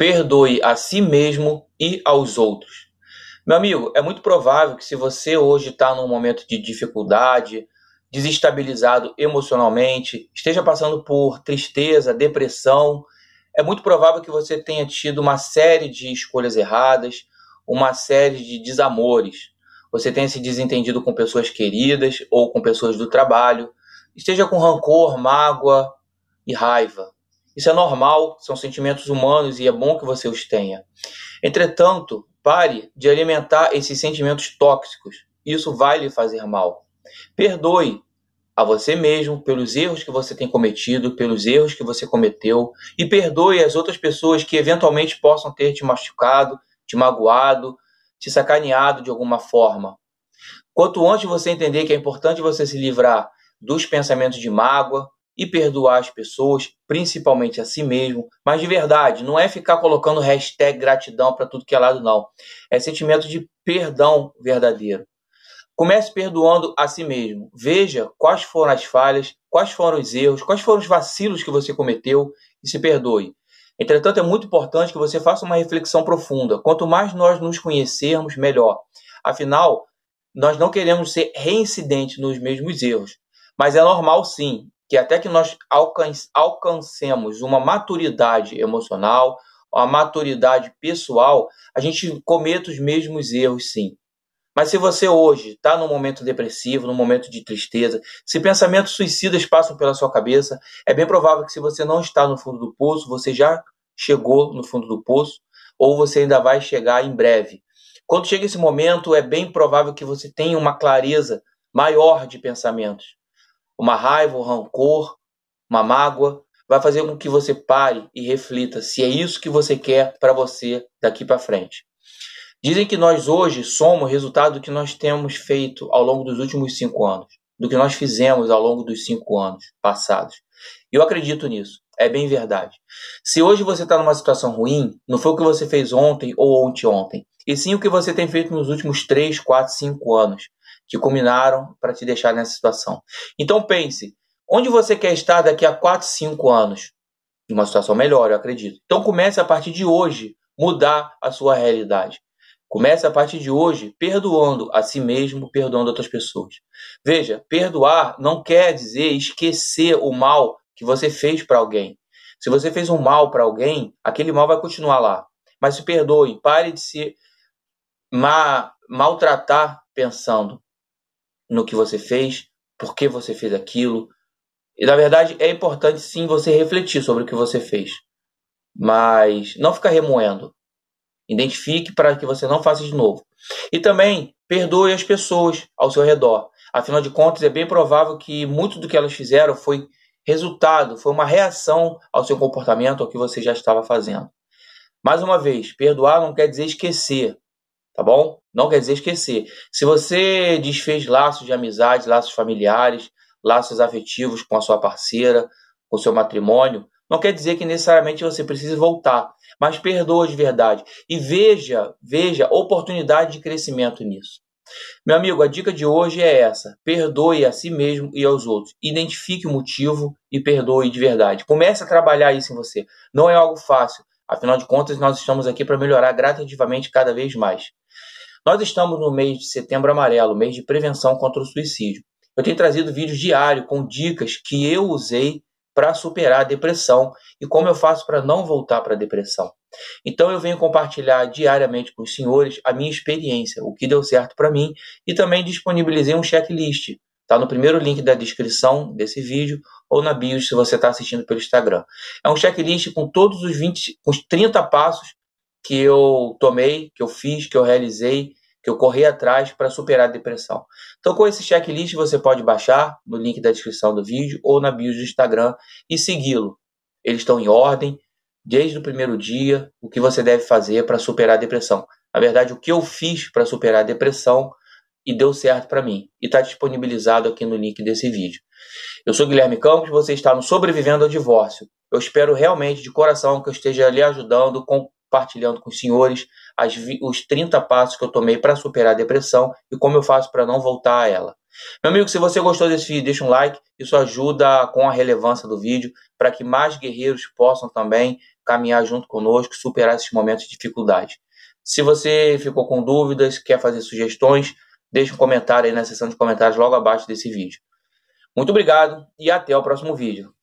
perdoe a si mesmo e aos outros. Meu amigo, é muito provável que se você hoje está num momento de dificuldade, desestabilizado emocionalmente, esteja passando por tristeza, depressão, é muito provável que você tenha tido uma série de escolhas erradas, uma série de desamores. Você tenha se desentendido com pessoas queridas ou com pessoas do trabalho, esteja com rancor, mágoa e raiva. Isso é normal, são sentimentos humanos e é bom que você os tenha. Entretanto, pare de alimentar esses sentimentos tóxicos. Isso vai lhe fazer mal. Perdoe a você mesmo pelos erros que você tem cometido, pelos erros que você cometeu, e perdoe as outras pessoas que eventualmente possam ter te machucado, te magoado, te sacaneado de alguma forma. Quanto antes você entender que é importante você se livrar dos pensamentos de mágoa e perdoar as pessoas, principalmente a si mesmo, mas de verdade, não é ficar colocando hashtag gratidão para tudo que é lado, não. É sentimento de perdão verdadeiro. Comece perdoando a si mesmo. Veja quais foram as falhas, quais foram os erros, quais foram os vacilos que você cometeu e se perdoe. Entretanto, é muito importante que você faça uma reflexão profunda. Quanto mais nós nos conhecermos, melhor. Afinal, nós não queremos ser reincidentes nos mesmos erros. Mas é normal, sim, que até que nós alcancemos uma maturidade emocional, uma maturidade pessoal, a gente cometa os mesmos erros, sim. Mas se você hoje está num momento depressivo, num momento de tristeza, se pensamentos suicidas passam pela sua cabeça, é bem provável que se você não está no fundo do poço, você já chegou no fundo do poço, ou você ainda vai chegar em breve. Quando chega esse momento, é bem provável que você tenha uma clareza maior de pensamentos. Uma raiva, um rancor, uma mágoa, vai fazer com que você pare e reflita se é isso que você quer para você daqui para frente. Dizem que nós hoje somos resultado do que nós temos feito ao longo dos últimos 5 anos, do que nós fizemos ao longo dos 5 anos passados. E eu acredito nisso, é bem verdade. Se hoje você está numa situação ruim, não foi o que você fez ontem ou anteontem, e sim o que você tem feito nos últimos 3, 4, 5 anos, que culminaram para te deixar nessa situação. Então pense, onde você quer estar daqui a 4, 5 anos? Em uma situação melhor, eu acredito. Então comece a partir de hoje mudar a sua realidade. Comece a partir de hoje perdoando a si mesmo, perdoando outras pessoas. Veja, perdoar não quer dizer esquecer o mal que você fez para alguém. Se você fez um mal para alguém, aquele mal vai continuar lá. Mas se perdoe, pare de se maltratar pensando no que você fez, por que você fez aquilo. E na verdade é importante sim você refletir sobre o que você fez. Mas não ficar remoendo. Identifique para que você não faça de novo. E também perdoe as pessoas ao seu redor. Afinal de contas, é bem provável que muito do que elas fizeram foi resultado, foi uma reação ao seu comportamento, ao que você já estava fazendo. Mais uma vez, perdoar não quer dizer esquecer, tá bom? Não quer dizer esquecer. Se você desfez laços de amizade, laços familiares, laços afetivos com a sua parceira, com o seu matrimônio, não quer dizer que necessariamente você precise voltar, mas perdoa de verdade. E veja oportunidade de crescimento nisso. Meu amigo, a dica de hoje é essa. Perdoe a si mesmo e aos outros. Identifique o motivo e perdoe de verdade. Comece a trabalhar isso em você. Não é algo fácil. Afinal de contas, nós estamos aqui para melhorar gradativamente cada vez mais. Nós estamos no mês de Setembro Amarelo, mês de prevenção contra o suicídio. Eu tenho trazido vídeos diários com dicas que eu usei para superar a depressão e como eu faço para não voltar para a depressão. Então eu venho compartilhar diariamente com os senhores a minha experiência, o que deu certo para mim, e também disponibilizei um checklist. Está no primeiro link da descrição desse vídeo ou na bio se você está assistindo pelo Instagram. É um checklist com todos os 30 passos que eu tomei, que eu fiz, que eu realizei, que eu corri atrás para superar a depressão. Então, com esse checklist, você pode baixar no link da descrição do vídeo ou na bio do Instagram e segui-lo. Eles estão em ordem, desde o primeiro dia, o que você deve fazer para superar a depressão. Na verdade, o que eu fiz para superar a depressão e deu certo para mim. E está disponibilizado aqui no link desse vídeo. Eu sou Guilherme Campos, você está no Sobrevivendo ao Divórcio. Eu espero realmente, de coração, que eu esteja lhe ajudando, compartilhando com os senhores os 30 passos que eu tomei para superar a depressão e como eu faço para não voltar a ela. Meu amigo, se você gostou desse vídeo, deixa um like. Isso ajuda com a relevância do vídeo para que mais guerreiros possam também caminhar junto conosco, superar esses momentos de dificuldade. Se você ficou com dúvidas, quer fazer sugestões, deixe um comentário aí na seção de comentários logo abaixo desse vídeo. Muito obrigado e até o próximo vídeo.